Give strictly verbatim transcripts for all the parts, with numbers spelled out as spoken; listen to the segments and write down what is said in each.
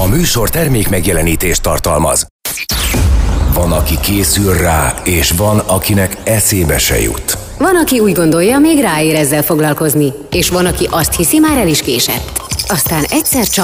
A műsor termék megjelenítést tartalmaz. Van, aki készül rá, és van, akinek eszébe se jut. Van, aki úgy gondolja, még ráér ezzel foglalkozni, és van, aki azt hiszi, már el is késett. Aztán egyszer csak...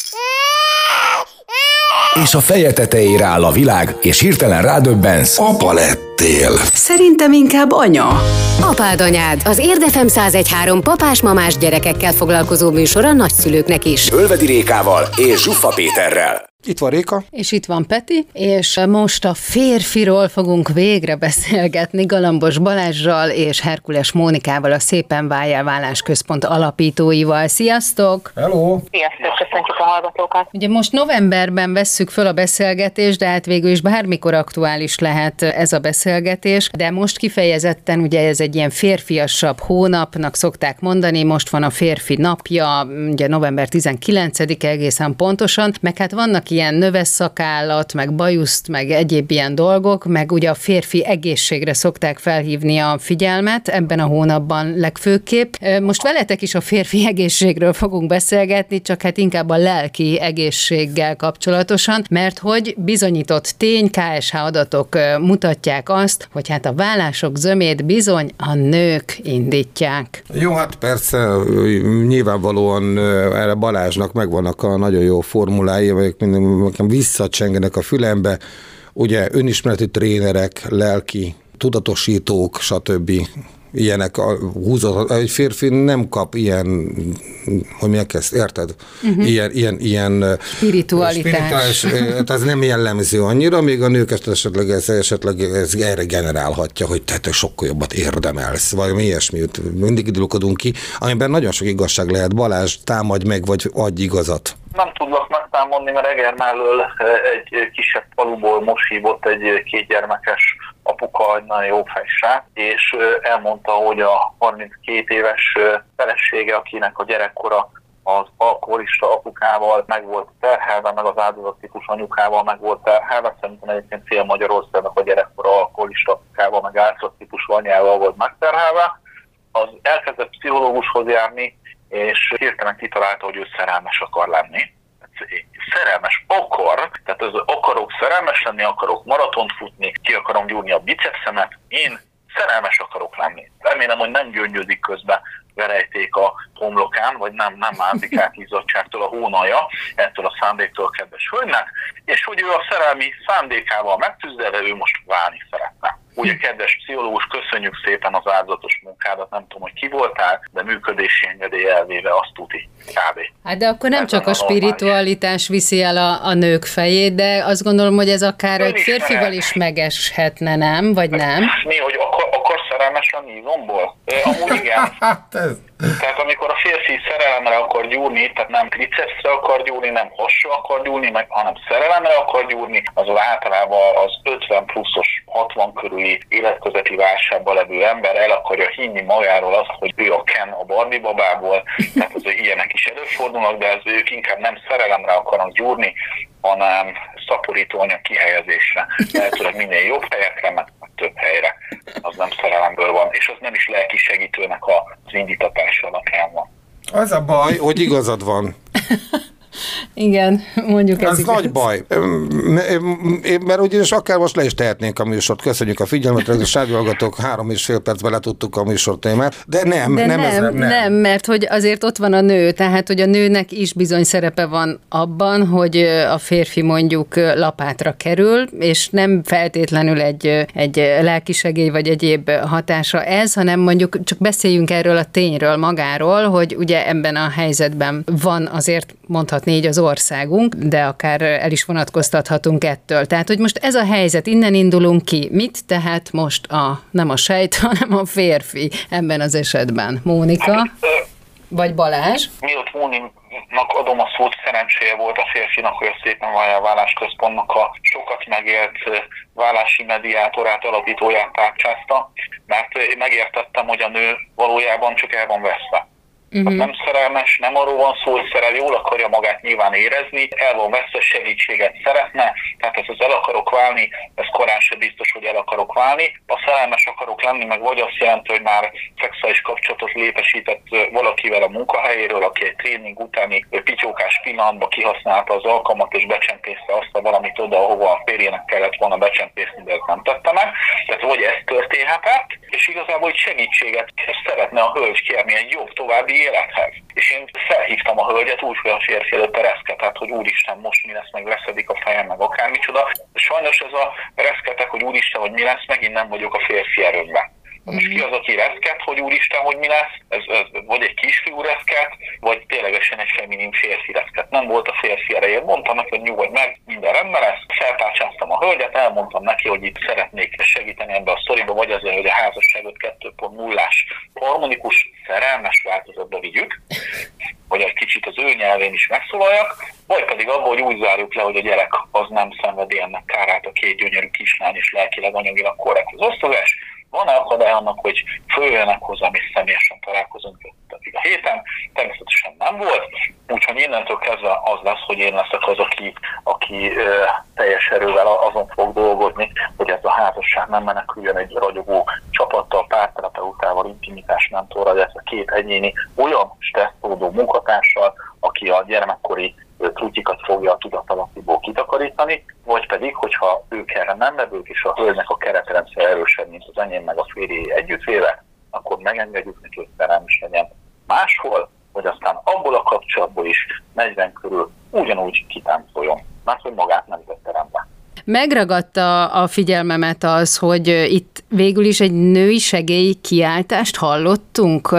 És a feje tetejére áll a világ, és hirtelen rádöbbensz. Apa lettél. Szerintem inkább anya. Apád anyád, az Érd ef em száz egy pont három papás-mamás gyerekekkel foglalkozó műsor a nagyszülőknek is. Ölvedi Rékával és Zsuffa Péterrel. Itt van Réka. És itt van Peti, és most a férfiról fogunk végre beszélgetni Galambos Balázsral és Herkules Mónikával, a Szépen Váljál Vállásközpont alapítóival. Sziasztok! Hello! Sziasztok, köszöntjük a hallgatókat! Ugye most novemberben vesszük föl a beszélgetést, de hát végül is bármikor aktuális lehet ez a beszélgetés, de most kifejezetten ugye ez egy ilyen férfiasabb hónapnak szokták mondani, most van a férfi napja, ugye november tizenkilencedike egészen pontosan, meg hát vannak ilyen növes szakállat, meg bajuszt, meg egyéb ilyen dolgok, meg ugye a férfi egészségre szokták felhívni a figyelmet ebben a hónapban legfőképp. Most veletek is a férfi egészségről fogunk beszélgetni, csak hát inkább a lelki egészséggel kapcsolatosan, mert hogy bizonyított tény, ká es há adatok mutatják azt, hogy hát a vállások zömét bizony a nők indítják. Jó, hát persze, nyilvánvalóan erre Balázsnak megvannak a nagyon jó formulái, amelyek nekem visszacsengenek a fülembe, ugye önismereti trénerek, lelki tudatosítók, stb. Ilyenek a húzat. Egy férfi nem kap ilyen, hogy mi ezt, érted? Uh-huh. Ilyen, ilyen, ilyen spiritualitás. spirituális, ez nem jellemző annyira, még a nők esetleg, ez, esetleg ez erre generálhatja, hogy te, te sokkal jobbat érdemelsz, vagy mi ilyesmit. Mindig időlkodunk ki, amiben nagyon sok igazság lehet. Balázs, támadj meg, vagy adj igazat. Nem tudlak megtámadni, mert Eger mellől egy kisebb faluból most hívott egy kétgyermekes apuka, egy nagyon jó fejsrác, és elmondta, hogy a harminckét éves felesége, akinek a gyerekkora az alkoholista apukával meg volt terhelve, meg az áldozattípus anyukával meg volt terhelve, szerintem egyébként fél Magyarországnak a gyerekkora alkoholista apukával, meg áldozattípusú anyával volt megterhelve, az elkezdett pszichológushoz járni, és hirtelen kitalálta, hogy ő szerelmes akar lenni. Szerelmes akar, tehát az akarok szerelmes lenni, akarok maratont futni, ki akarom gyúrni a bicepszemet, én szerelmes akarok lenni. Remélem, hogy nem gyöngyözik közben verejték a homlokán, vagy nem, nem mászik át izzadságtól a hónalja, ettől a szándéktól a kedves hölgynek, és hogy ő a szerelmi szándékával megtűzdelve, ő most válni szeretne. Ugye, kedves pszichológus, köszönjük szépen az áldozatos munkádat, nem tudom, hogy ki voltál, de működési engedély elvéve azt tuti, kb. Hát de akkor nem ez csak a, a spiritualitás viszi el a, a nők fejét, de azt gondolom, hogy ez akár egy férfival is megeshetne, nem? Vagy nem? Mi, hogy akar, akar szerelmes lenni izomból? Amúgy igen. Tehát amikor a férfi szerelemre akar gyúrni, tehát nem tricepsre akar gyúrni, nem hasra akar gyúrni, meg, hanem szerelemre akar gyúrni, az általában az ötven pluszos, hatvan körüli életközeti válságban levő ember el akarja hinni magáról azt, hogy ő a Ken a Barbie babából, tehát az ilyenek is előfordulnak, de ez ők inkább nem szerelemre akarnak gyúrni, hanem szaporító anyag kihelyezésre. Lehetőleg minél jobb helyekre, meg több helyre. Az nem szerelemből van, és az nem is lelki segítőnek az indítatás alapján van. Az a baj, hogy igazad van. Igen, mondjuk ez, ez nagy baj. Mert ugyanis akár most le is tehetnénk a műsort. Köszönjük a figyelmet, a sávhallgatók három és fél percben letudtuk a műsor témát. De nem, De nem, nem, ez, nem. nem, mert hogy azért ott van a nő, tehát hogy a nőnek is bizony szerepe van abban, hogy a férfi mondjuk lapátra kerül, és nem feltétlenül egy, egy lelkisegély vagy egyéb hatása ez, hanem mondjuk csak beszéljünk erről a tényről magáról, hogy ugye ebben a helyzetben van azért mondhatni így az országunk, de akár el is vonatkoztathatunk ettől. Tehát, hogy most ez a helyzet, innen indulunk ki. Mit tehet most a, nem a sejt, hanem a férfi ebben az esetben? Mónika? Vagy Balázs? Mielőtt Móninak adom a szót, szerencséje volt a férfinak, hogy a Szépen Váljál Vállásközpontnak a sokat megélt vállási mediátorát, alapítóját tárcsázta, mert megértettem, hogy a nő valójában csak el van veszve. Uh-huh. Nem szerelmes, nem arról van szó, hogy szerel, jól akarja magát nyilván érezni, el van veszve, segítséget szeretne, tehát ez az el akarok válni, ez korán sem biztos, hogy el akarok válni. A szerelmes akarok lenni, meg vagy azt jelenti, hogy már szexuális kapcsolatot létesített valakivel a munkahelyéről, aki egy tréning utáni pityókás pillanatban kihasználta az alkalmat és becsempészte azt a valamit oda, ahova a férjének kellett volna becsempészni, de ezt nem tette meg. Tehát vagy ez történhetett, és igazából egy segítséget szeretne a hölgy kérni egy jobb további élethez. És én felhívtam a hölgyet úgy, hogy a férfi előtt reszketett, hogy úristen, most mi lesz, meg leszedik a fejem, meg akármicsoda. Sajnos ez a reszketek, hogy úristen, hogy mi lesz, megint nem vagyok a férfi erőmben. Most ki az, aki reszket, hogy úristen, hogy mi lesz? Ez, ez vagy egy kisfiú reszket, vagy ténylegesen egy feminin férfi reszket. Nem volt a férfi erején. Mondtam neki, hogy nyugodj meg, minden rendben lesz. Feltárcsáztam a hölgyet, elmondtam neki, hogy itt szeretnék segíteni ebbe a sztoriba, vagy azért, hogy a házasságot kettő pont nullás harmonikus, szerelmes változatba vigyük, vagy egy kicsit az ő nyelvén is megszólaljak, vagy pedig abból, hogy úgy zárjuk le, hogy a gyerek az nem szenvedi ennek kárát, a két gyönyörű kislány és lelkileg, anyagilag korrekt az osztozás. Van-e akadály annak, hogy följöjjenek hozzám és személyesen találkozunk a héten? Természetesen nem volt, úgyhogy innentől kezdve az lesz, hogy én leszek az, aki, aki ö, teljes erővel azon fog dolgozni, hogy ez a házasság nem meneküljön egy ragyogó csapattal, párterapeutával, intimitás mentorral, ez a két egyéni olyan stresszódó munkatársal, aki a gyermekkori trutyikat fogja a tudatalattiból kitakarítani, vagy pedig, hogyha ők erre nem levők, és a hölgynek a keretrendszer erősebb, mint az enyém meg a férjé együttvéve, akkor megengedjük neki, hogy szerelmes legyen máshol, hogy aztán abból a kapcsolatból is negyven körül ugyanúgy kitáncoljon, mert hogy magát nem tette rendbe. Megragadta a figyelmemet az, hogy itt végül is egy női segély kiáltást hallottunk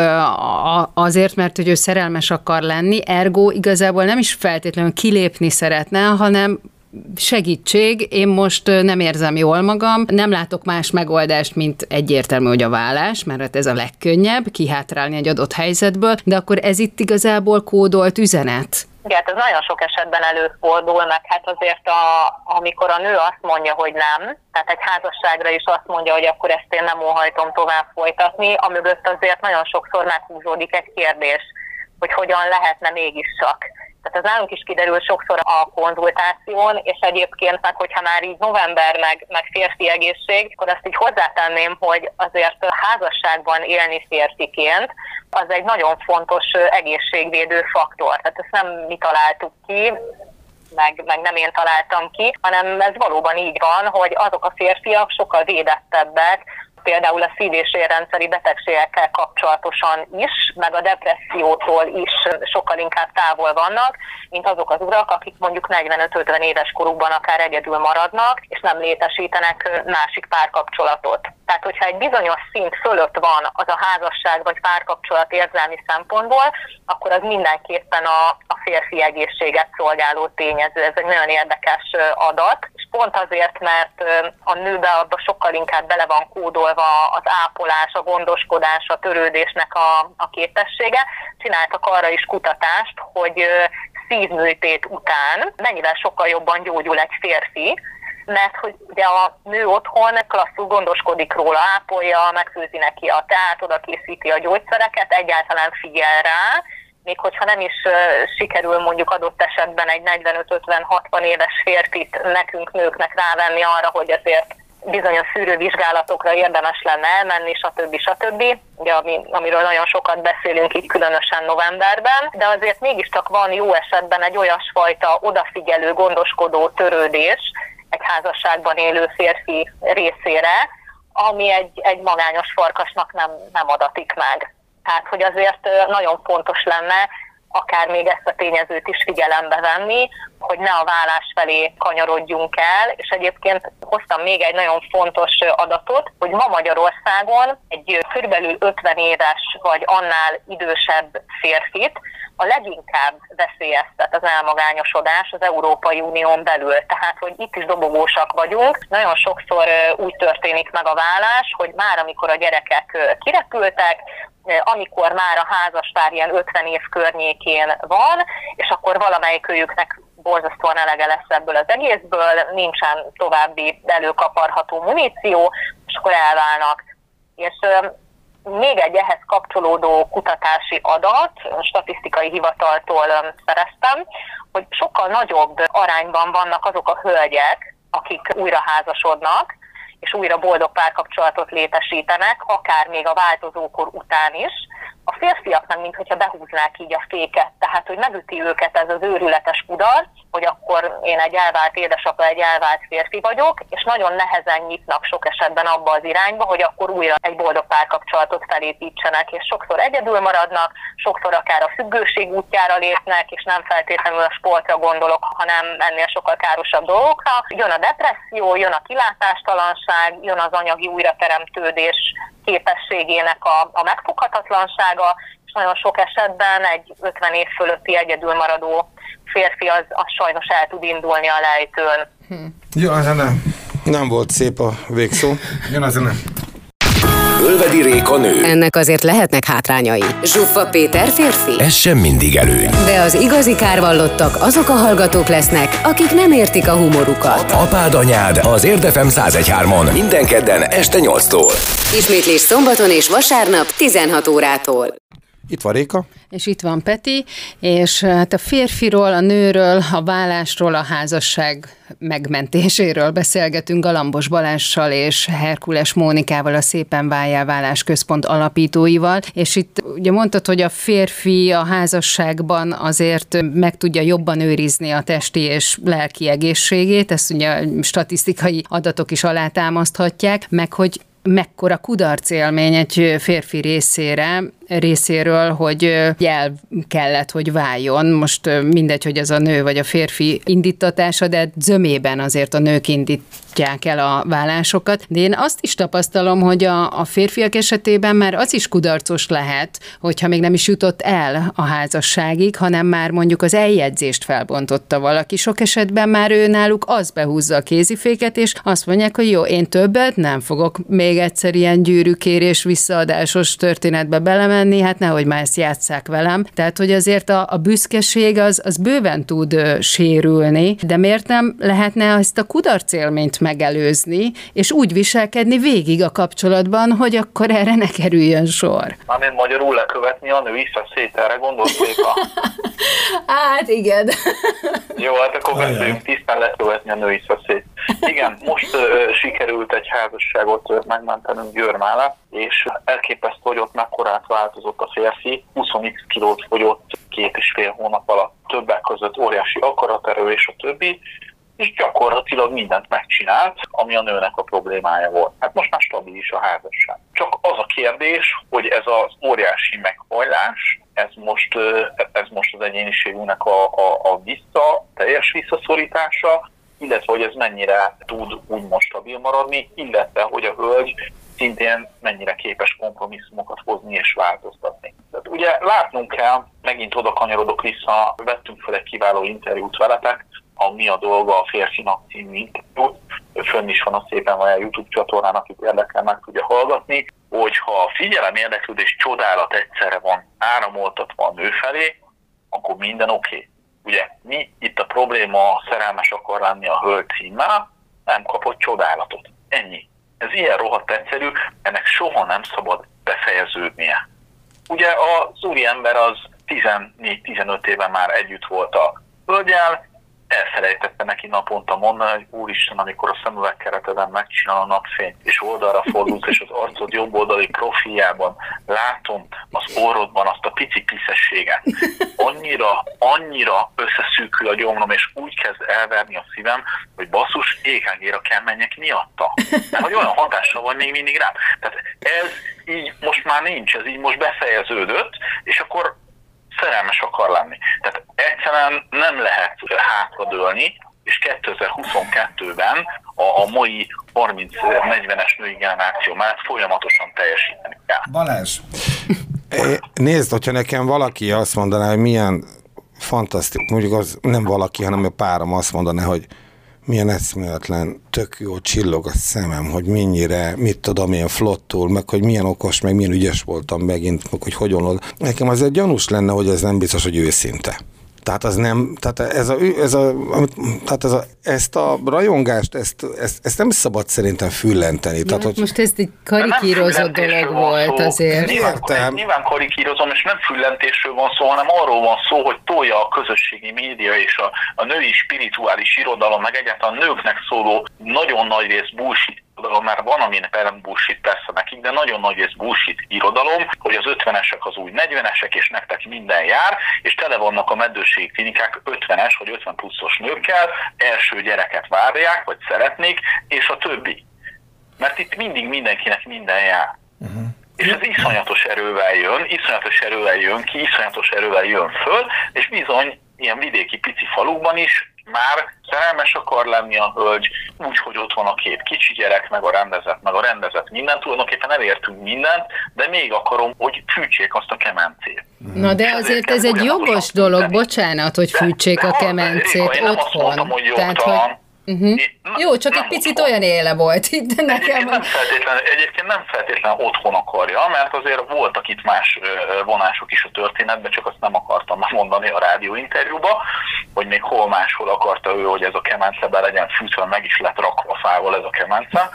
azért, mert hogy ő szerelmes akar lenni, ergo igazából nem is feltétlenül kilépni szeretne, hanem segítség, én most nem érzem jól magam, nem látok más megoldást, mint egyértelmű, hogy a vállás, mert ez a legkönnyebb, kihátrálni egy adott helyzetből, de akkor ez itt igazából kódolt üzenet. Igen, ez nagyon sok esetben előfordul, meg hát azért a, amikor a nő azt mondja, hogy nem, tehát egy házasságra is azt mondja, hogy akkor ezt én nem óhajtom tovább folytatni, amögött azért nagyon sokszor meghúzódik egy kérdés, hogy hogyan lehetne mégiscsak. Tehát ez nálunk is kiderül sokszor a konzultáción, és egyébként meg, hogyha már így november, meg, meg férfi egészség, akkor azt így hozzátenném, hogy azért házasságban élni férfiként, az egy nagyon fontos egészségvédő faktor. Tehát ezt nem mi találtuk ki, meg, meg nem én találtam ki, hanem ez valóban így van, hogy azok a férfiak sokkal védettebbek, például a szív- és érrendszeri betegségekkel kapcsolatosan is, meg a depressziótól is sokkal inkább távol vannak, mint azok az urak, akik mondjuk negyvenöt-ötven éves korukban akár egyedül maradnak, és nem létesítenek másik párkapcsolatot. Tehát, hogyha egy bizonyos szint fölött van az a házasság vagy párkapcsolat érzelmi szempontból, akkor az mindenképpen a, a férfi egészséget szolgáló tényező. Ez egy nagyon érdekes adat, és pont azért, mert a nőbe abba sokkal inkább bele van kódolva az ápolás, a gondoskodás, a törődésnek a, a képessége. Csináltak arra is kutatást, hogy szívműtét után mennyivel sokkal jobban gyógyul egy férfi, mert hogy ugye a nő otthon klasszul gondoskodik róla, ápolja, megfőzi neki a teát, oda készíti a gyógyszereket, egyáltalán figyel rá, még hogyha nem is uh, sikerül mondjuk adott esetben egy negyvenöt-ötven-hatvan éves férfit nekünk nőknek rávenni arra, hogy azért bizonyos szűrővizsgálatokra érdemes lenne elmenni, stb. stb. Ugye, ami, amiről nagyon sokat beszélünk itt, különösen novemberben, de azért mégiscsak van jó esetben egy olyasfajta odafigyelő, gondoskodó törődés egy házasságban élő férfi részére, ami egy, egy magányos farkasnak nem, nem adatik meg. Tehát, hogy azért nagyon fontos lenne akár még ezt a tényezőt is figyelembe venni, hogy ne a vállás felé kanyarodjunk el, és egyébként hoztam még egy nagyon fontos adatot, hogy ma Magyarországon egy körülbelül ötven éves vagy annál idősebb férfit a leginkább veszélyeztet az elmagányosodás az Európai Unión belül. Tehát, hogy itt is dobogósak vagyunk. Nagyon sokszor úgy történik meg a vállás, hogy már amikor a gyerekek kirepültek, amikor már a házaspár ilyen ötven év környékén van, és akkor valamelyikőjüknek borzasztóan elege lesz ebből az egészből, nincsen további előkaparható muníció, és akkor elválnak. És még egy ehhez kapcsolódó kutatási adat, statisztikai hivataltól szereztem, hogy sokkal nagyobb arányban vannak azok a hölgyek, akik újra házasodnak, és újra boldog párkapcsolatot létesítenek, akár még a változókor után is. A férfiaknak, mintha behúznák így a féket, tehát hogy megüti őket ez az őrületes kudarc, hogy akkor én egy elvált édesapa, egy elvált férfi vagyok, és nagyon nehezen nyitnak sok esetben abba az irányba, hogy akkor újra egy boldog párkapcsolatot felépítsenek, és sokszor egyedül maradnak, sokszor akár a függőség útjára lépnek, és nem feltétlenül a sportra gondolok, hanem ennél sokkal károsabb dolgokra. Jön a depresszió, jön a kilátástalanság, jön az anyagi újrateremtődés képességének a, a megfoghatatlansága, és nagyon sok esetben egy ötven év fölötti egyedül maradó férfi az, az sajnos el tud indulni a lejtőn. Hm. Jó, a zene. Nem volt szép a végszó. Jön a zene. Ölvedi Réka nő. Ennek azért lehetnek hátrányai. Zsuffa Péter férfi. Ez sem mindig előny. De az igazi kárvallottak azok a hallgatók lesznek, akik nem értik a humorukat. Apád anyád az Érdefem száz egy hármon minden kedden este nyolctól. Ismétlés szombaton és vasárnap tizenhat órától. Itt van Réka. És itt van Peti, és hát a férfiról, a nőről, a vállásról, a házasság megmentéséről beszélgetünk Galambos Balással és Herkules Mónikával, a Szépen Váljál Válás Központ alapítóival, és itt ugye mondtad, hogy a férfi a házasságban azért meg tudja jobban őrizni a testi és lelki egészségét, ezt ugye statisztikai adatok is alátámaszthatják, meg hogy mekkora kudarc élmény egy férfi részére, részéről, hogy el kellett, hogy váljon. Most mindegy, hogy ez a nő vagy a férfi indítatása, de zömében azért a nők indítják el a vállásokat. De én azt is tapasztalom, hogy a, a férfiak esetében már az is kudarcos lehet, hogyha még nem is jutott el a házasságig, hanem már mondjuk az eljegyzést felbontotta valaki. Sok esetben már ő náluk az behúzza a kéziféket, és azt mondják, hogy jó, én többet nem fogok még egyszer ilyen gyűrűkérés visszaadásos történetbe belemenni, hát nehogy már ezt játsszák velem. Tehát, hogy azért a, a büszkeség az, az bőven tud ö, sérülni, de miért nem lehetne ezt a kudarcélményt megelőzni, és úgy viselkedni végig a kapcsolatban, hogy akkor erre ne kerüljön sor? Mármint magyarul lekövetni a női szeszét, erre gondolsz, Réka? Hát igen. Jó, hát akkor beszéljünk tisztán lekövetni a női szeszét. Igen, most ö, sikerült egy házasságot ö, megmentenünk Győr mellett, és elképesztő, hogy ott mekkorát változott a férfi, húsz x kilót fogyott két és fél hónap alatt, többek között óriási akaraterő és a többi, és gyakorlatilag mindent megcsinált, ami a nőnek a problémája volt. Hát most már stabilis a házasság. Csak az a kérdés, hogy ez az óriási meghajlás, ez most, ez most az egyéniségünknek a, a, a vissza, teljes visszaszorítása, illetve hogy ez mennyire tud úgymond stabil maradni, illetve hogy a hölgy szintén mennyire képes kompromisszumokat hozni és változtatni. Tehát ugye látnunk kell, megint oda kanyarodok vissza, vettünk fel egy kiváló interjút veletek, a Mi a dolga a férfinak című interjút, fönn is van a Szépen Váljál YouTube csatornán, akit érdekel, meg tudja hallgatni, hogyha a figyelem, érdeklődés, csodálat egyszerre van áramoltatva a nő felé, akkor minden oké. Okay. Ugye mi itt a probléma, szerelmes akar lenni a hölgy címmel, nem kapott csodálatot. Ennyi. Ez ilyen rohadt egyszerű, ennek soha nem szabad befejeződnie. Ugye az úriember az tizennégy-tizenöt éve már együtt volt a hölgyel, elfelejtette neki naponta mondani, hogy úristen, amikor a szemüvegkereteden megcsinál a napfényt, és oldalra fordulsz, és az arcod jobb oldali profiljában látom az orrodban azt a pici piszességet. Annyira, annyira összeszűkül a gyomrom, és úgy kezd elverni a szívem, hogy basszus, é ká gé-ra kell menjek miatta. Mert hogy olyan hatással van még mindig rám. Tehát ez így most már nincs, ez így most befejeződött, és akkor szerelmes akar lenni. Tehát egyszerűen nem lehet hátradőlni, és kétezer-huszonkettőben a, a mai harminc-negyvenes női generáció mellett folyamatosan teljesíteni kell. Balázs, nézd, hogyha nekem valaki azt mondaná, hogy milyen fantasztikus, mondjuk az nem valaki, hanem a párom azt mondaná, hogy milyen eszméletlen, tök jó csillog a szemem, hogy mennyire, mit tudom, milyen flottul, meg hogy milyen okos, meg milyen ügyes voltam megint, meg hogy hogyan old. Nekem azért gyanús lenne, hogy ez nem biztos, hogy őszinte. Tehát az nem, tehát ez a, ez a, tehát ez a ezt a rajongást, ezt, ezt, ezt nem szabad szerintem füllenteni. Tehát, hogy... Most ez egy karikírozott dolog volt azért. Nyilván, nyilván karikírozom, és nem füllentésről van szó, hanem arról van szó, hogy tolja a közösségi média és a, a női spirituális irodalom, meg egyáltalán a nőknek szóló nagyon nagy rész bullshit irodalom, mert van, aminek nem bullshit persze nekik, de nagyon nagy rész bullshit irodalom, hogy az ötvenesek az új negyvenesek, és nektek minden jár, és tele vannak a meddőségi klinikák ötvenes vagy ötven pluszos nőkkel, első gyereket várják, vagy szeretnék, és a többi. Mert itt mindig mindenkinek minden jár. Uh-huh. És ez iszonyatos erővel jön, iszonyatos erővel jön ki, iszonyatos erővel jön föl, és bizony ilyen vidéki pici falukban is már szerelmes akar lenni a hölgy, úgy, hogy ott van a két kicsi gyerek, meg a rendezett, meg a rendezett minden, tulajdonképpen elértünk mindent, de még akarom, hogy fűtsék azt a kemencét. Na de azért ez egy jogos dolog, bocsánat, hogy fűtsék a kemencét otthon. Tehát, hogy... Uh-huh. Jó, csak egy picit mondtam. Olyan éle volt itt nekem. Egyébként nem, feltétlen, egyébként nem feltétlenül otthon akarja, mert azért voltak itt más vonások is a történetben, csak azt nem akartam mondani a rádióinterjúba, hogy még hol máshol akarta ő, hogy ez a kemence be legyen fűtve, meg is lett rakva fával ez a kemence.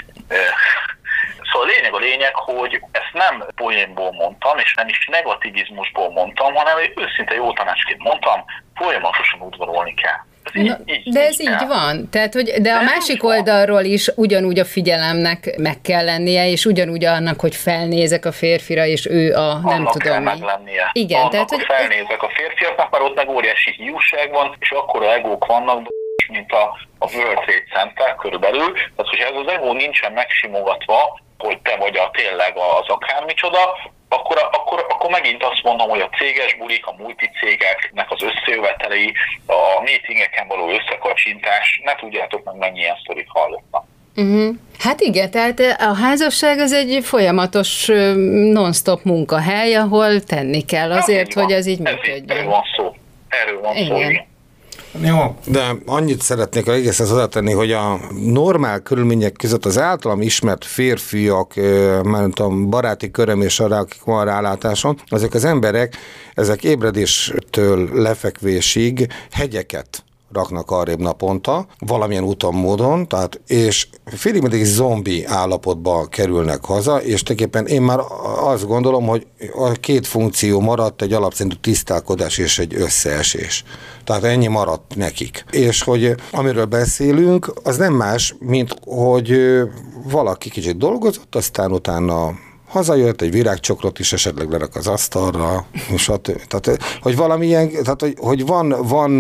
Szóval a lényeg a lényeg, hogy ezt nem poénból mondtam, és nem is negativizmusból mondtam, hanem egy őszinte jó tanácsként mondtam, folyamatosan udvarolni kell. Ez Na, így, így, de ez így, így van. Tehát, hogy, de, de a másik oldalról is ugyanúgy a figyelemnek meg kell lennie, és ugyanúgy annak, hogy felnézek a férfira, és ő a annak nem tudom kell mi. meglennie. Igen, annak, tehát, hogy felnézek a férfiaknak, mert ott meg óriási hiúság van, és akkora egók vannak, mint a, a World Trade Center körülbelül. Tehát, hogyha ez az egó nincsen megsimogatva, hogy te vagy a tényleg az akármicsoda, Akkor, akkor, akkor megint azt mondom, hogy a céges bulik, a multicégeknek az összejövetelei, a meetingeken való összekacsintás, ne tudjátok meg, mennyi ilyen sztorit hallottam. Uh-huh. Hát igen, tehát a házasság az egy folyamatos non-stop munkahely, ahol tenni kell azért, hogy ez így működjön. Erről van szó. Erről van szó. Igen. Jó, de annyit szeretnék a egészen hozzátenni, hogy a normál körülmények között az általam ismert férfiak, már nem tudom, baráti köröm és arra, akik van rálátáson, ezek az emberek, ezek ébredéstől lefekvésig hegyeket raknak arrébb naponta, valamilyen úton, módon, tehát, és félig meddig zombi állapotba kerülnek haza, és tulajdonképpen én már azt gondolom, hogy a két funkció maradt, egy alapszintű tisztálkodás és egy összeesés. Tehát ennyi maradt nekik. És hogy amiről beszélünk, az nem más, mint hogy valaki kicsit dolgozott, aztán utána hazajött, egy virágcsokrot is esetleg lerak az asztalra, stb. Tehát, hogy valamilyen, tehát, hogy, hogy van, van,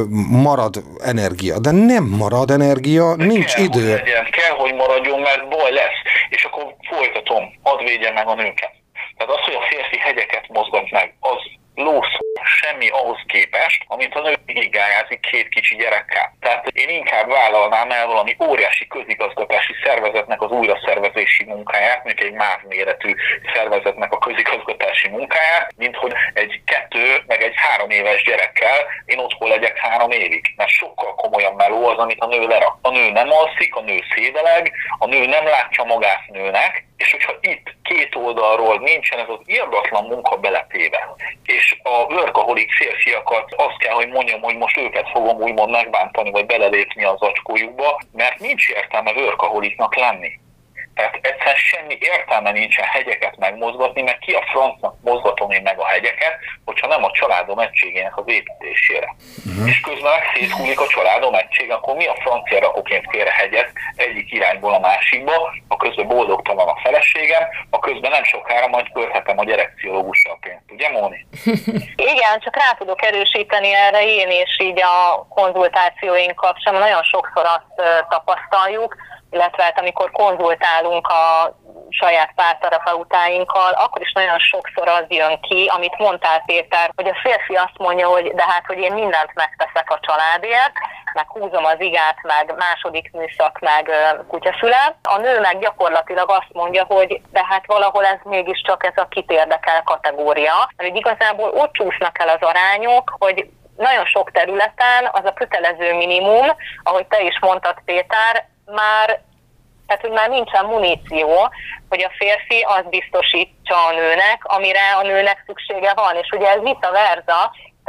marad energia, de nem marad energia, de nincs kell, idő. Hogy legyen, kell, hogy maradjon, mert baj lesz. És akkor folytatom, hadd védjen meg a nőket. Tehát az, hogy a férfi hegyeket mozgat meg, az lószó, semmi ahhoz képest, amint a nő gigájázik két kicsi gyerekkel. Tehát én inkább vállalnám el valami óriási közigazgatási szervezetnek az újraszervezési munkáját, mint egy MÁV méretű szervezetnek a közigazgatási munkáját, mint hogy egy kettő, meg egy három éves gyerekkel én otthon legyek három évig. Mert sokkal komolyabb meló az, amit a nő lerak. A nő nem alszik, a nő szédeleg, a nő nem látja magát nőnek, és hogyha itt két oldalról nincsen ez az irdatlan munka beletéve, és a workaholic férfiakat azt kell, hogy mondjam, hogy most őket fogom úgymond megbántani, vagy belelépni az acskójukba, mert nincs értelme workaholicnak lenni. Tehát egyszerűen semmi értelme nincsen hegyeket megmozgatni, mert ki a francnak mozgatom én meg a hegyeket, hogyha nem a családom egységének az építésére. Uh-huh. És közben meg széthullik a családom egység, akkor mi a francia rakok én félre hegyet egyik irányból a másikba, a közben boldogtalan a feleségem, a közben nem sokára majd költhetem a gyerekpszichológussal pénzt. Ugye, Móni? Igen, csak rá tudok erősíteni erre én, és így a konzultációink kapcsán nagyon sokszor azt tapasztaljuk, illetve hát amikor konzultálunk a saját párterapeutáinkkal, akkor is nagyon sokszor az jön ki, amit mondtál, Péter, hogy a férfi azt mondja, hogy de hát, hogy én mindent megteszek a családért, meg húzom az igát, meg második műszak, meg kutyafüle. A nő meg gyakorlatilag azt mondja, hogy de hát valahol ez mégiscsak ez a kit érdekel kategória, mert igazából ott csúsznak el az arányok, hogy nagyon sok területen az a kötelező minimum, ahogy te is mondtad, Péter, már, tehát hogy már nincsen muníció, hogy a férfi azt biztosítsa a nőnek, amire a nőnek szüksége van. És ugye ez vice versa,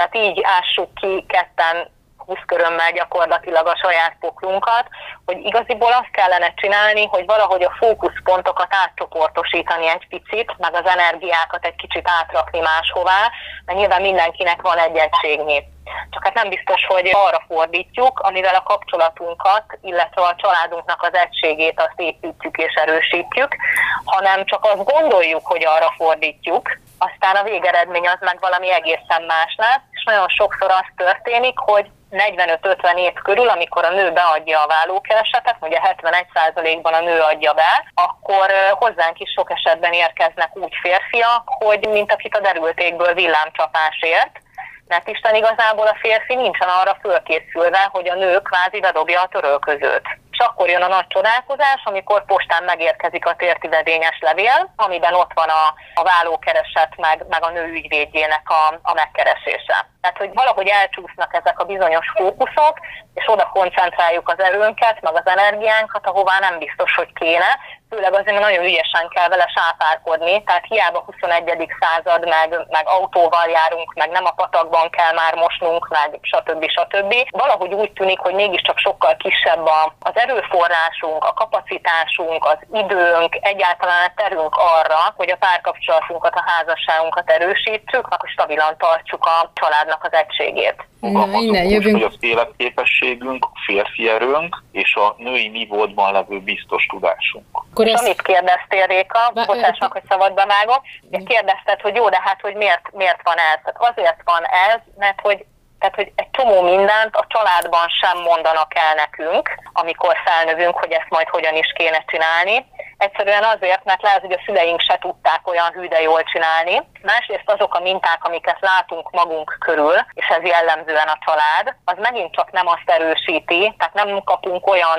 Tehát így ássuk ki ketten húsz körömmel gyakorlatilag a saját poklunkat, hogy igaziból azt kellene csinálni, hogy valahogy a fókuszpontokat átcsoportosítani egy picit, meg az energiákat egy kicsit átrakni máshová, mert nyilván mindenkinek van egy egységnyi. Csak hát nem biztos, hogy arra fordítjuk, amivel a kapcsolatunkat, illetve a családunknak az egységét azt építjük és erősítjük, hanem csak azt gondoljuk, hogy arra fordítjuk, aztán a végeredmény az meg valami egészen más lesz, és nagyon sokszor az történik, hogy negyvenöt-ötven év körül, amikor a nő beadja a vállókeresetet, ugye hetvenegy százalékban a nő adja be, akkor hozzánk is sok esetben érkeznek úgy férfiak, hogy mint akit a derült égből villámcsapás ért, mert Isten igazából a férfi nincsen arra fölkészülve, hogy a nő kvázi bedobja a törölközőt. És akkor jön a nagy csodálkozás, amikor postán megérkezik a tértivedényes levél, amiben ott van a, a vállókereset, meg, meg a nő ügyvédjének a, a megkeresése. Tehát, hogy valahogy elcsúsznak ezek a bizonyos fókuszok, és oda koncentráljuk az erőnket, meg az energiánkat, ahová nem biztos, hogy kéne. Főleg azért nagyon ügyesen kell vele sápárkodni, tehát hiába huszonegyedik század, meg, meg autóval járunk, meg nem a patakban kell már mosnunk, meg stb. stb. Valahogy úgy tűnik, hogy mégiscsak sokkal kisebb az erőforrásunk, a kapacitásunk, az időnk, egyáltalán a terünk arra, hogy a párkapcsolatunkat, a házasságunkat erősítsük, akkor stabilan tartsuk a családnak az egységét. Fogalmazunk úgy, hogy az életképességünk, a férfi erőnk és a női mi voltban levő biztos tudásunk. És ezt... amit kérdeztél, Réka, bocsáss meg, hogy szabadba vágok, kérdezted, hogy jó, de hát, hogy miért, miért van ez? Tehát azért van ez, mert hogy Tehát, hogy egy csomó mindent a családban sem mondanak el nekünk, amikor felnövünk, hogy ezt majd hogyan is kéne csinálni. Egyszerűen azért, mert lehet, hogy a szüleink se tudták olyan hű de jól csinálni. Másrészt azok a minták, amiket látunk magunk körül, és ez jellemzően a család, az megint csak nem azt erősíti, tehát nem kapunk olyan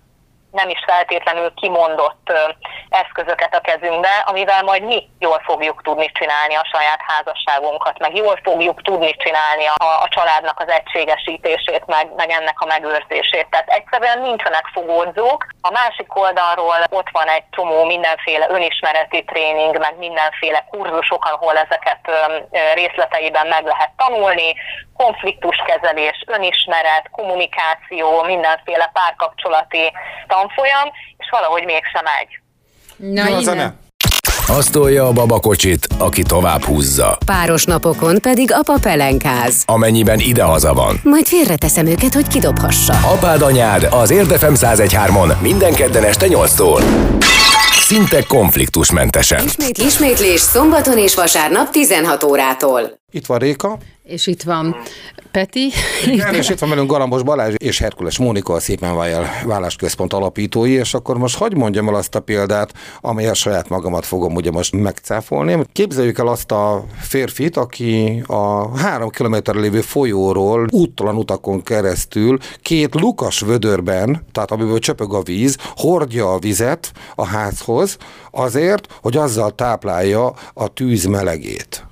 nem is feltétlenül kimondott ö, eszközöket a kezünkbe, amivel majd mi jól fogjuk tudni csinálni a saját házasságunkat, meg jól fogjuk tudni csinálni a, a családnak az egységesítését, meg, meg ennek a megőrzését. Tehát egyszerűen nincsenek fogódzók. A másik oldalról ott van egy csomó mindenféle önismereti tréning, meg mindenféle kurzusok, ahol ezeket ö, részleteiben meg lehet tanulni, konfliktuskezelés, önismeret, kommunikáció, mindenféle párkapcsolati tanfolyam, és valahogy mégsem megy. Na, Na innen. Azt tolja a babakocsit, aki tovább húzza. Páros napokon pedig apa pelenkáz. Amennyiben idehaza van. Majd félreteszem őket, hogy kidobhassa. Apád anyád az Érd ef em száz egy pont három-on minden kedden este nyolctól. Szinte konfliktusmentesen. Ismét, ismétlés szombaton és vasárnap tizenhat órától. Itt van Réka. És itt van Peti. Igen, és itt van velünk Galambos Balázs és Herkules Mónika, a Szépen Váljál Vállásközpont alapítói, és akkor most hadd mondjam el azt a példát, amely a saját magamat fogom ugye most megcáfolni. Képzeljük el azt a férfit, aki a három kilométerre lévő folyóról úttalan utakon keresztül két lukas vödörben, tehát amiből csöpög a víz, hordja a vizet a házhoz azért, hogy azzal táplálja a tűz melegét.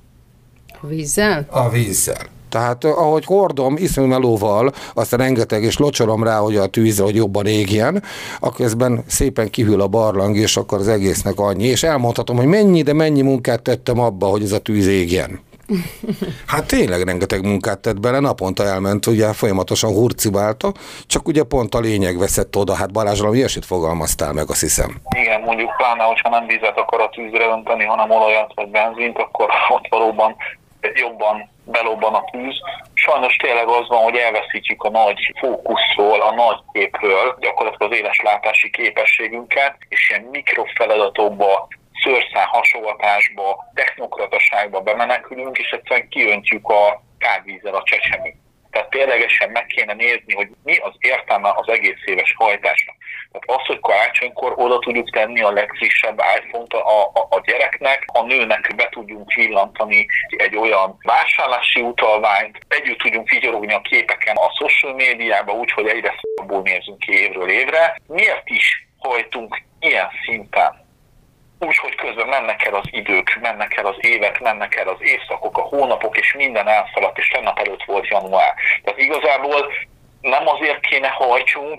A vízzel? A vízzel. Tehát ahogy hordom iszonyú melóval, azt rengeteg, és locsolom rá, hogy a tűzre, hogy jobban égjen, akkor közben szépen kihűl a barlang, és akkor az egésznek annyi. És elmondhatom, hogy mennyi, de mennyi munkát tettem abba, hogy ez a tűz égjen. Hát tényleg rengeteg munkát tett bele, naponta elment, ugye folyamatosan hurcibálta, csak ugye pont a lényeg veszett oda. Hát Balázs, valami ilyesmit fogalmaztál meg, azt hiszem. Igen, mondjuk pláne, hogyha nem vizet akar a tűzre önteni, hanem olajat vagy benzint, akkor ott valóban jobban belobban a tűz. Sajnos tényleg az van, hogy elveszítjük a nagy fókuszról, a nagy képről, gyakorlatilag az éleslátási képességünket, és ilyen mikrofeladatokba, szőrszál hasogatásba, technokrataságba bemenekülünk, és egyszerűen kiöntjük a kávvízzel a csecsemőt. Tehát ténylegesen meg kéne nézni, hogy mi az értelme az egész éves hajtásnak. Tehát az, hogy karácsonykor oda tudjuk tenni a legfrissebb iPhone-t a, a, a gyereknek, a nőnek be tudjunk villantani egy olyan vásárlási utalványt, együtt tudjunk vigyorogni a képeken a social médiába, úgyhogy egyre szabból nézünk ki évről évre. Miért is hajtunk ilyen szinten? Úgyhogy közben mennek el az idők, mennek el az évek, mennek el az évszakok, a hónapok, és minden elszaladt, és tegnap előtt volt január. Tehát igazából nem azért kéne hajtsunk,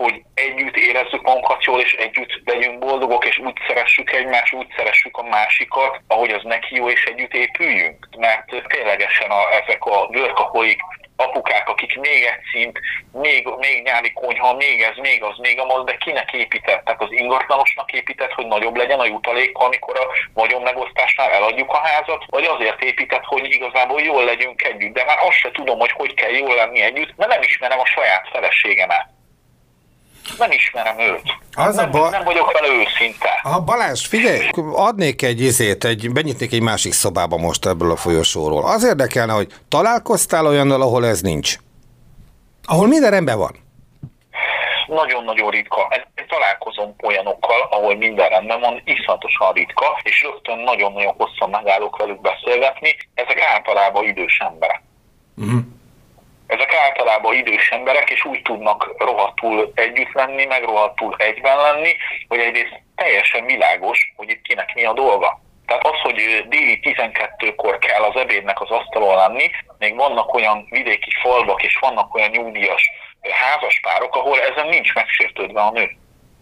hogy együtt érezzük magunkat jól, és együtt legyünk boldogok, és úgy szeressük egymást, úgy szeressük a másikat, ahogy az neki jó, és együtt épüljünk. Mert ténylegesen a, ezek a görkapolik apukák, akik még egy szint, még, még nyári konyha, még ez, még az, még amaz, de kinek épített? Tehát az ingatlanosnak épített, hogy nagyobb legyen a jutaléka, amikor a vagyonmegosztásnál eladjuk a házat, vagy azért épített, hogy igazából jól legyünk együtt. De már azt se tudom, hogy hogy kell jól lenni együtt, mert nem ismerem a saját feleségemet. Nem ismerem őt. Az nem, a ba... nem vagyok vele őszinte. A Balázs, figyelj, adnék egy izét, egy, benyitnék egy másik szobába most ebből a folyosóról. Az érdekelne, hogy találkoztál olyannal, ahol ez nincs? Ahol minden rendben van? Nagyon-nagyon ritka. Én találkozom olyanokkal, ahol minden rendben van, iszonyatosan ritka, és rögtön nagyon-nagyon hosszan megállok velük beszélgetni. Ezek általában idős emberek. Uh-huh. Ezek általában idős emberek, és úgy tudnak rohadtul együtt lenni, meg rohadtul egyben lenni, hogy egyrészt teljesen világos, hogy itt kinek mi a dolga. Tehát az, hogy déli tizenkettőkor kell az ebédnek az asztalon lenni, még vannak olyan vidéki falvak, és vannak olyan nyugdíjas házaspárok, ahol ezen nincs megsértődve a nő.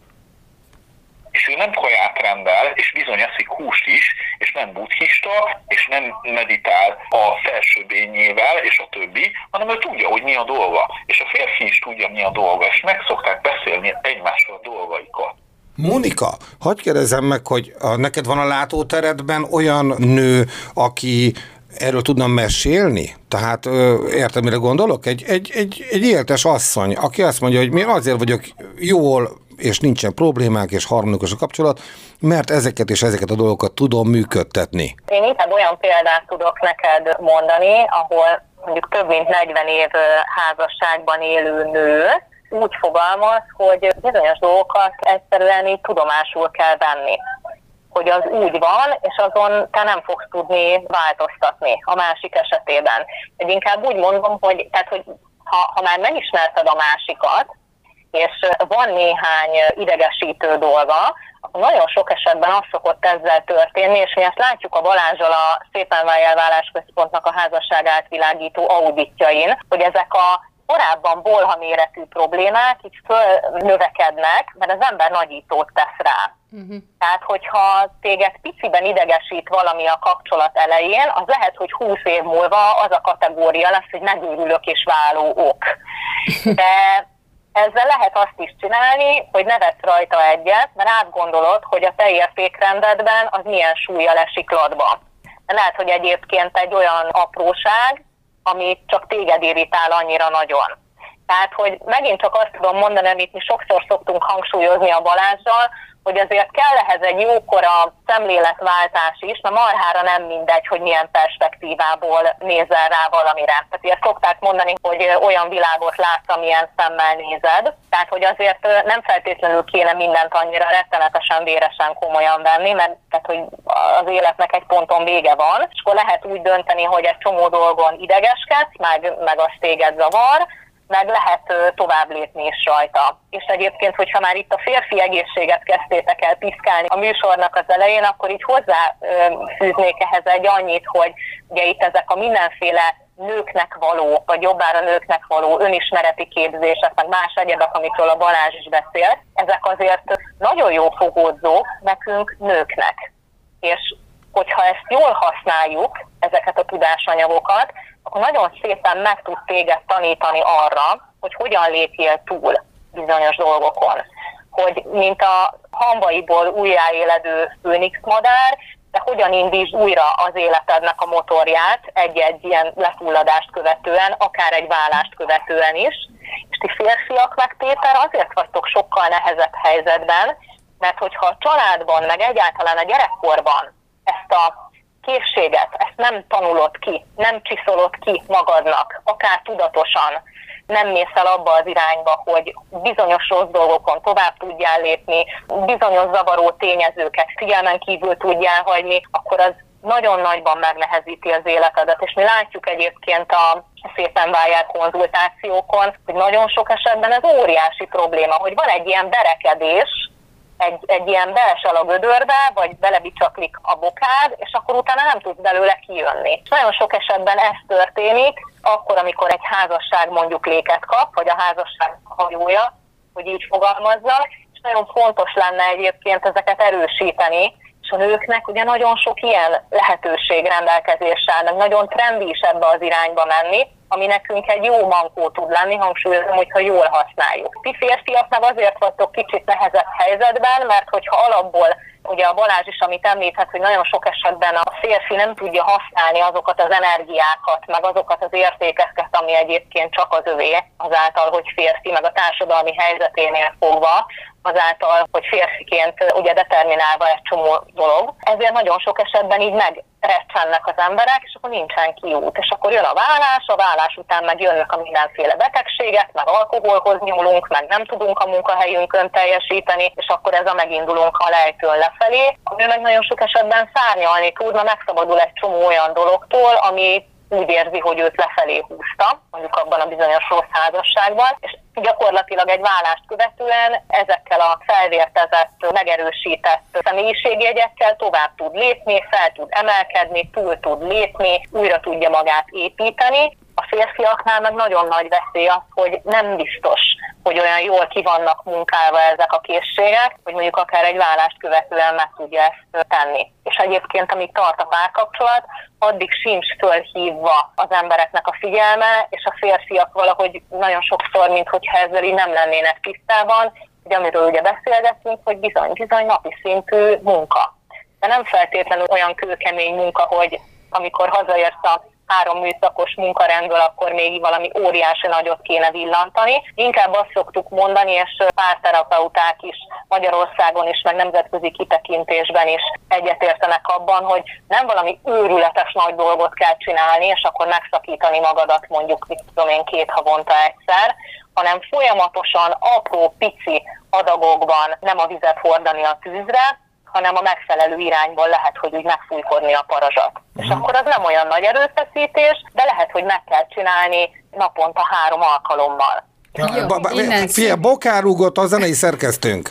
És ő nem kaját rendel, és bizony eszik húst is, és nem buddhista, és nem meditál a felsőbényével, és a többi, hanem ő tudja, hogy mi a dolga. És a férfi is tudja, mi a dolga, és meg szokták beszélni egymásról a dolgaikat. Mónika, hadd kérdezzem meg, hogy a, neked van a látóteredben olyan nő, aki erről tudna mesélni? Tehát ö, értem, mire gondolok? Egy, egy, egy, egy éltes asszony, aki azt mondja, hogy mi azért vagyok jól, és nincsen problémák, és harmonikus a kapcsolat, mert ezeket és ezeket a dolgokat tudom működtetni. Én inkább olyan példát tudok neked mondani, ahol mondjuk több mint negyven év házasságban élő nő úgy fogalmaz, hogy bizonyos dolgokat egyszerűen így tudomásul kell venni. Hogy az úgy van, és azon te nem fogsz tudni változtatni a másik esetében. Egy inkább úgy mondom, hogy, tehát, hogy ha, ha már megismerted a másikat, és van néhány idegesítő dolga, akkor nagyon sok esetben az szokott ezzel történni, és mi ezt látjuk a Balázsral a Szépen válj el Válásközpontnak a házasság átvilágító auditjain, hogy ezek a korábban bolha méretű problémák így fölnövekednek, mert az ember nagyítót tesz rá. Uh-huh. Tehát, hogyha téged piciben idegesít valami a kapcsolat elején, az lehet, hogy húsz év múlva az a kategória lesz, hogy megőrülök és váló ok. De ezzel lehet azt is csinálni, hogy ne vesz rajta egyet, mert átgondolod, hogy a te értékrendedben az milyen súllyal esik latba. Lehet, hogy egyébként egy olyan apróság, ami csak téged irritál annyira nagyon. Tehát, hogy megint csak azt tudom mondani, amit mi sokszor szoktunk hangsúlyozni a Balázssal, hogy azért kell ehhez egy jókora szemléletváltás is, mert marhára nem mindegy, hogy milyen perspektívából nézel rá valamire. Tehát ilyet szokták mondani, hogy olyan világot látsz, amilyen szemmel nézed. Tehát, hogy azért nem feltétlenül kéne mindent annyira rettenetesen véresen komolyan venni, mert tehát, hogy az életnek egy ponton vége van, és akkor lehet úgy dönteni, hogy egy csomó dolgon idegeskedsz, meg, meg az téged zavar, meg lehet tovább lépni is rajta. És egyébként, hogyha már itt a férfi egészséget kezdtétek el piszkálni a műsornak az elején, akkor így hozzáfűznék ehhez egy annyit, hogy ugye itt ezek a mindenféle nőknek való, vagy jobbára nőknek való önismereti képzések, meg más egyebek, amikről a Balázs is beszélt, ezek azért nagyon jó fogódzók nekünk nőknek. És hogyha ezt jól használjuk, ezeket a tudásanyagokat, akkor nagyon szépen meg tud téged tanítani arra, hogy hogyan lépjél túl bizonyos dolgokon. Hogy mint a hambaiból újjáéledő főnix madár, de hogyan indítsd újra az életednek a motorját egy-egy ilyen lefulladást követően, akár egy válást követően is. És ti férfiak meg Péter azért vagytok sokkal nehezebb helyzetben, mert hogyha a családban, meg egyáltalán a gyerekkorban ezt a készséget, ezt nem tanulod ki, nem csiszolod ki magadnak, akár tudatosan, nem mész el abba az irányba, hogy bizonyos rossz dolgokon tovább tudjál lépni, bizonyos zavaró tényezőket figyelmen kívül tudjál hagyni, akkor az nagyon nagyban megnehezíti az életedet. És mi látjuk egyébként a Szépen válj el konzultációkon, hogy nagyon sok esetben ez óriási probléma, hogy van egy ilyen berekedés, Egy, egy ilyen beesel a gödörbe, vagy belebicsaklik a bokád, és akkor utána nem tudsz belőle kijönni. Nagyon sok esetben ez történik, akkor, amikor egy házasság mondjuk léket kap, vagy a házasság hajója, hogy így fogalmazzak, és nagyon fontos lenne egyébként ezeket erősíteni, és a nőknek ugye nagyon sok ilyen lehetőség rendelkezéssel, meg nagyon trendi is ebbe az irányba menni, ami nekünk egy jó mankó tud lenni, hangsúlyozom, hogyha jól használjuk. Ti férfiak meg azért vagytok kicsit nehezebb helyzetben, mert hogyha alapból, ugye a Balázs is, amit említett, hogy nagyon sok esetben a férfi nem tudja használni azokat az energiákat, meg azokat az értékeket, ami egyébként csak az övé, azáltal, hogy férfi, meg a társadalmi helyzeténél fogva, azáltal, hogy férfiként ugye determinálva egy csomó dolog. Ezért nagyon sok esetben így megrecsennek az emberek, és akkor nincsen kiút. És akkor jön a vállás, a vállás után meg jönnek a mindenféle betegségek, meg alkoholhoz nyúlunk, meg nem tudunk a munkahelyünkön teljesíteni, és akkor ez a megindulunk a lejtőn lefelé. Ami meg nagyon sok esetben szárnyalni tud, mert megszabadul egy csomó olyan dologtól, ami úgy érzi, hogy őt lefelé húzta, mondjuk abban a bizonyos rossz házasságban, és gyakorlatilag egy vállást követően ezekkel a felvértezett, megerősített személyiségjegyekkel tovább tud lépni, fel tud emelkedni, túl tud lépni, újra tudja magát építeni. A férfiaknál meg nagyon nagy veszély az, hogy nem biztos, hogy olyan jól ki vannak munkálva ezek a készségek, hogy mondjuk akár egy vállást követően meg tudja ezt tenni. És egyébként, amíg tart a párkapcsolat, addig sincs fölhívva az embereknek a figyelme, és a férfiak valahogy nagyon sokszor, minthogyha ezzel így nem lennének tisztában, hogy amiről ugye beszélgettünk, hogy bizony-bizony napi szintű munka. De nem feltétlenül olyan kőkemény munka, hogy amikor hazaérsz a három műszakos munkarendből, akkor még valami óriási nagyot kéne villantani. Inkább azt szoktuk mondani, és párterapeuták is Magyarországon is, meg nemzetközi kitekintésben is egyetértenek abban, hogy nem valami őrületes nagy dolgot kell csinálni, és akkor megszakítani magadat mondjuk, mit tudom én, két havonta egyszer, hanem folyamatosan apró, pici adagokban nem a vizet hordani a tűzre, hanem a megfelelő irányból lehet, hogy úgy megfújkodni a parazsat. Uh-huh. És akkor az nem olyan nagy erőfeszítés, de lehet, hogy meg kell csinálni naponta három alkalommal. Ja, ba, ba, figyelj, bokárúgott a zenei szerkesztőnk.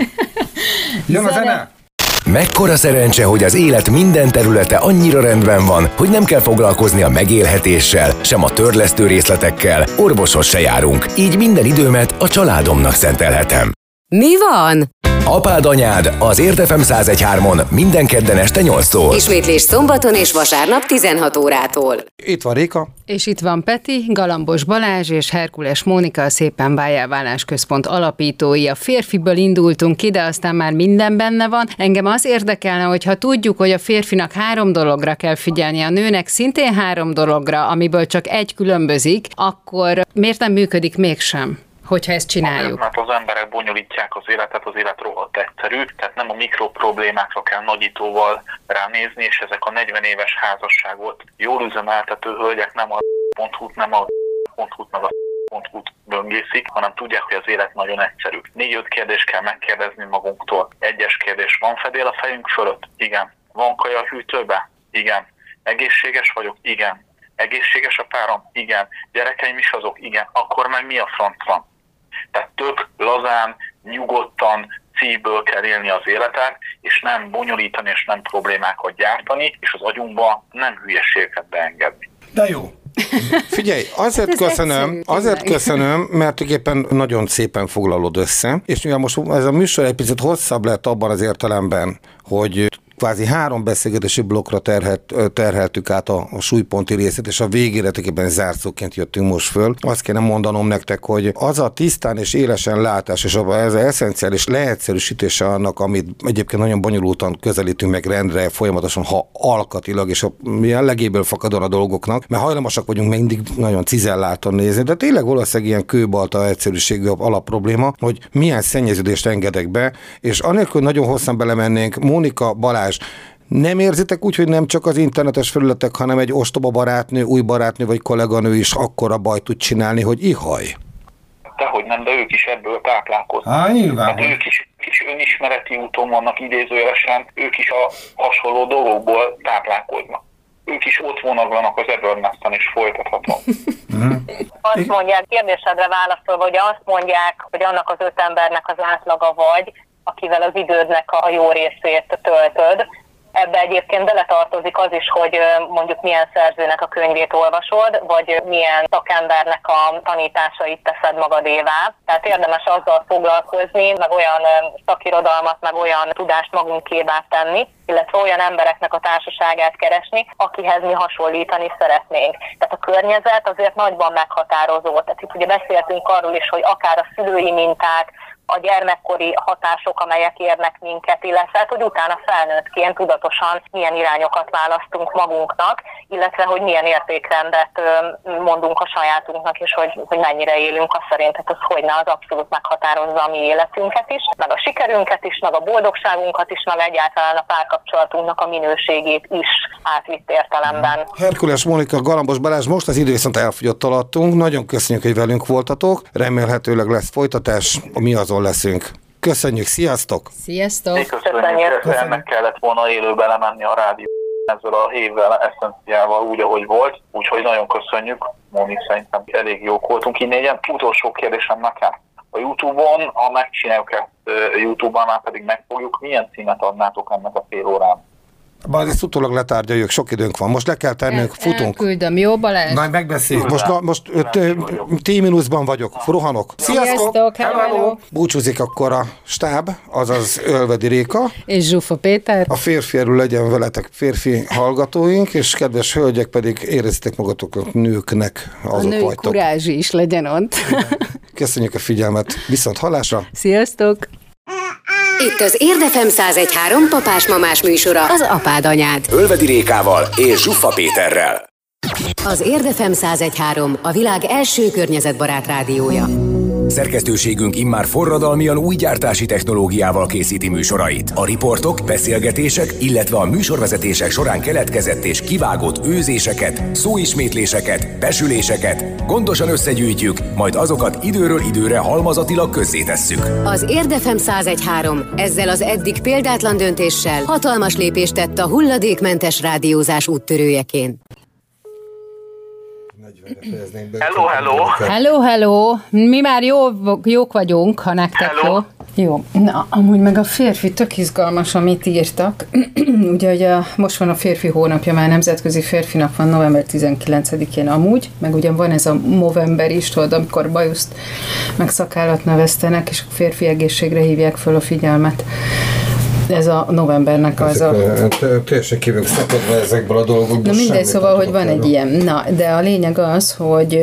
Jön a zene? Mekkora szerencse, hogy az élet minden területe annyira rendben van, hogy nem kell foglalkozni a megélhetéssel, sem a törlesztő részletekkel, orvoshoz se járunk, így minden időmet a családomnak szentelhetem. Mi van? Apád anyád az Érd ef em száz egy három minden kedden este nyolctól. Ismétlés szombaton és vasárnap tizenhat órától. Itt van Réka. És itt van Peti, Galambos Balázs és Herkules Mónika, a Szépen Váljál Vállás Központ alapítói. A férfiből indultunk ki, de aztán már minden benne van. Engem az érdekelne, hogy ha tudjuk, hogy a férfinak három dologra kell figyelni, a nőnek szintén három dologra, amiből csak egy különbözik, akkor miért nem működik mégsem, hogyha ezt csináljuk? Mert az emberek bonyolítják az életet, az élet rohadt egyszerű, tehát nem a mikroproblémákra kell nagyítóval ránézni, és ezek a negyven éves házasságot jól üzemeltető hölgyek nem a pont hút, nem a pont hút, meg a pont hút böngészik, hanem tudják, hogy az élet nagyon egyszerű. Négy-öt kérdést kell megkérdezni magunktól. Egyes kérdés: van fedél a fejünk fölött? Igen. Van kaja a hűtőbe? Igen. Egészséges vagyok? Igen. Egészséges a párom? Igen. Gyerekeim is azok? Igen. Akkor meg mi a franc van? Tehát tök lazán, nyugodtan, szívből kell élni az életet, és nem bonyolítani, és nem problémákat gyártani, és az agyunkba nem hülyeségeket beengedni. De jó. Figyelj, azért hát köszönöm, azért köszönöm, mert éppen nagyon szépen foglalod össze, és mivel most ez a műsor egy picit hosszabb lett abban az értelemben, hogy kvázi három beszélgetési blokkra terhelt, terheltük át a, a súlyponti részét, és a végére tulajdonképpen zárszóként jöttünk most föl. Azt kéne mondanom nektek, hogy az a tisztán és élesen látás, és ez az eszenciális leegyszerűsítése annak, amit egyébként nagyon bonyolultan közelítünk meg rendre, folyamatosan, ha alkatilag, és a jellegéből fakadon a dolgoknak, mert hajlamosak vagyunk mindig nagyon cizelláltan nézni, de tényleg valószínűleg ilyen kőbalta egyszerűségű alapprobléma, hogy milyen szennyeződést engedek be, és anélkül nagyon hosszan belemennénk, Mónika, Balázs, nem érzitek úgy, hogy nem csak az internetes felületek, hanem egy ostoba barátnő, új barátnő vagy kolléganő is akkora bajt tud csinálni, hogy ihaj? Dehogy nem, de ők is ebből táplálkoznak. Á, nyilván. Hát ők is, is önismereti úton vannak idézőjelesen, ők is a hasonló dolgokból táplálkoznak. Ők is ott vonaglanak az Evernesten, és folytathatom. Azt mondják, kérdésedre válaszolva, hogy azt mondják, hogy annak az öt embernek az átlaga vagy, akivel az idődnek a jó részét töltöd. Ebbe egyébként beletartozik az is, hogy mondjuk milyen szerzőnek a könyvét olvasod, vagy milyen szakembernek a tanításait teszed magadévá. Tehát érdemes azzal foglalkozni, meg olyan szakirodalmat, meg olyan tudást magunkévá tenni, illetve olyan embereknek a társaságát keresni, akihez mi hasonlítani szeretnénk. Tehát a környezet azért nagyban meghatározó. Tehát itt ugye beszéltünk arról is, hogy akár a szülői minták, a gyermekkori hatások, amelyek érnek minket, illetve hogy utána felnőttként tudatosan milyen irányokat választunk magunknak, illetve hogy milyen értékrendet mondunk a sajátunknak, és hogy, hogy mennyire élünk, azt szerint, hogy az hogyne, az abszolút meghatározza a mi életünket is, meg a sikerünket is, meg a boldogságunkat is, meg egyáltalán a párkapcsolatunknak a minőségét is átvitt értelemben. Herkules Mónika, Galambos Balázs, most az idő viszont elfogyott alattunk. Nagyon köszönjük, hogy velünk voltatok. Remélhetőleg lesz folytatás, mi azon leszünk. Köszönjük, sziasztok! Sziasztok! Köszönjük, ennek kellett volna élőben lemenni a rádió ezzel a hévvel, eszenciával úgy, ahogy volt. Úgyhogy nagyon köszönjük, Móni, szerintem elég jók voltunk így négyen. Utolsó kérdésem nekem. A YouTube-on, ha megcsináljuk ezt YouTube-on, már pedig megfogjuk, milyen címet adnátok ennek a fél órán? Bár ezt utólag letárgyaljuk, sok időnk van. Most le kell tennünk, el, futunk. Elküldöm, jó Balázs? Majd megbeszéljük. Most, na, most T-minuszban vagyok, rohanok. Sziasztok! Sziasztok, hello, hello. Búcsúzik akkor a stáb, azaz Ölvedi Réka. És Zsufa Péter. A férfi erről legyen veletek férfi hallgatóink, és kedves hölgyek pedig érezzétek magatokat nőknek, azok a női vagytok. kurázsi is legyen ott. Köszönjük a figyelmet, viszont hallásra! Sziasztok! Itt az Érdefem száz egy pont három papás-mamás műsora, az apád anyád. Ölvedi Rékával és Zsuffa Péterrel. Az Érdefem száz egy pont három a világ első környezetbarát rádiója. Szerkesztőségünk immár forradalmian új gyártási technológiával készíti műsorait. A riportok, beszélgetések, illetve a műsorvezetések során keletkezett és kivágott őzéseket, szóismétléseket, besüléseket gondosan összegyűjtjük, majd azokat időről időre halmazatilag közzétesszük. Az Érdefem száz egy pont három ezzel az eddig példátlan döntéssel hatalmas lépést tett a hulladékmentes rádiózás úttörőjeként. Hello, hello! Hello, hello! Mi már jó, jók vagyunk, ha nektek hello. jó. Jó, na, amúgy meg a férfi tök izgalmas, amit írtak. Ugye, hogy a, most van a férfi hónapja, már nemzetközi férfi nap van november tizenkilencedikén amúgy, meg ugyan van ez a Movember is, tudod, amikor bajuszt meg szakállat növesztenek, és a férfi egészségre hívják föl a figyelmet. Ez a novembernek az a... Teljesen kívül szakadva ezekből a dolgokból. Na mindegy, szóval, hogy van egy ilyen. Na, de a lényeg az, hogy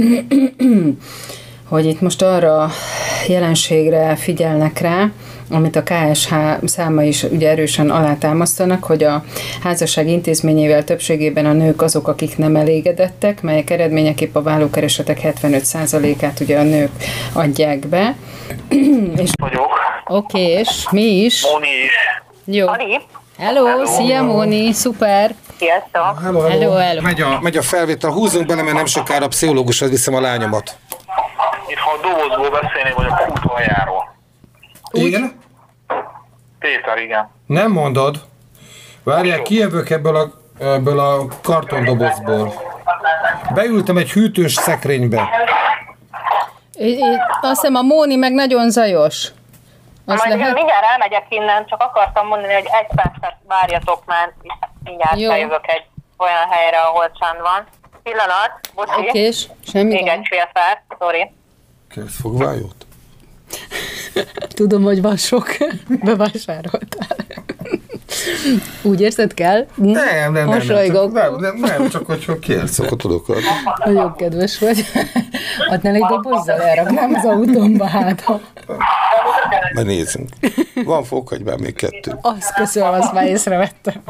hogy itt most arra jelenségre figyelnek rá, amit a ká es há száma is ugye erősen alátámasztanak, hogy a házasság intézményével többségében a nők azok, akik nem elégedettek, melyek eredményeképp a vállókeresetek hetvenöt százalékát ugye a nők adják be. és vagyok. Oké, okay, és mi is? Móni is. Jó. Ali? Hello, hello, szia Móni, szuper. Sziasztok. Hello, hello. Hello, hello. Megy, a, megy a felvétel, húzzunk bele, mert nem sokára a pszichológushoz viszem a lányomat. Itt ha a dobozból beszélni, vagy a kút aljáról. Igen? Péter, igen. Nem mondod. Várjál, kijövök ebből a, ebből a kartondobozból. Beültem egy hűtős szekrénybe. I, I, azt hiszem a Móni meg nagyon zajos. Majd lehet... mindjárt elmegyek innen, csak akartam mondani, hogy egy percet várjatok már, mindjárt bejövök egy olyan helyre, ahol csend van. Pillanat, bocsi. Oké, semmi Még egy fél perc, sorry. Kész fogvályót? Tudom, hogy van sok. Bevásároltál. Úgy érzed kell? Nem, nem, nem. Mosolygok. Nem, nem, nem, csak hogyha kérsz, akkor tudok adni. Nagyon kedves vagy. Adnál egy dobozzal, elraknám az autómba hátra. Na nézzünk. Van fókagybán még kettő. Azt köszönöm, azt már észrevettem.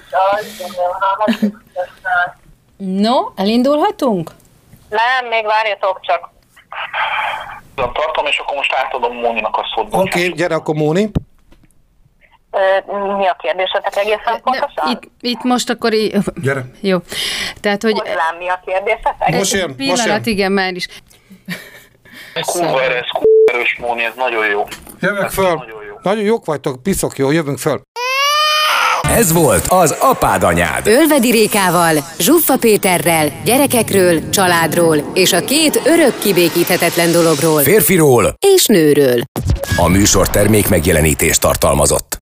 No, elindulhatunk? Nem, még várjatok csak. Tartom, és akkor most átadom Móninak a szót. Oké, okay, gyere akkor Móni. Mi a kérdésetek egészen pontosan? Itt, itt most akkor... Í- Gyere. Jó. Tehát, hogy... Hozzám mi a kérdésetek? Most jön, pillanat, most jön. igen, már is. Kurva erős, erős Móni, ez nagyon jó. Jövök ez föl. Nagyon jó. Nagyon jók vagytok, piszok jó, jövünk föl. Ez volt az Apád Anyád. Ölvedi Rékával, Zsuffa Péterrel, gyerekekről, családról és a két örök kibékíthetetlen dologról, Férfiról és nőről. a műsor termék megjelenítést tartalmazott.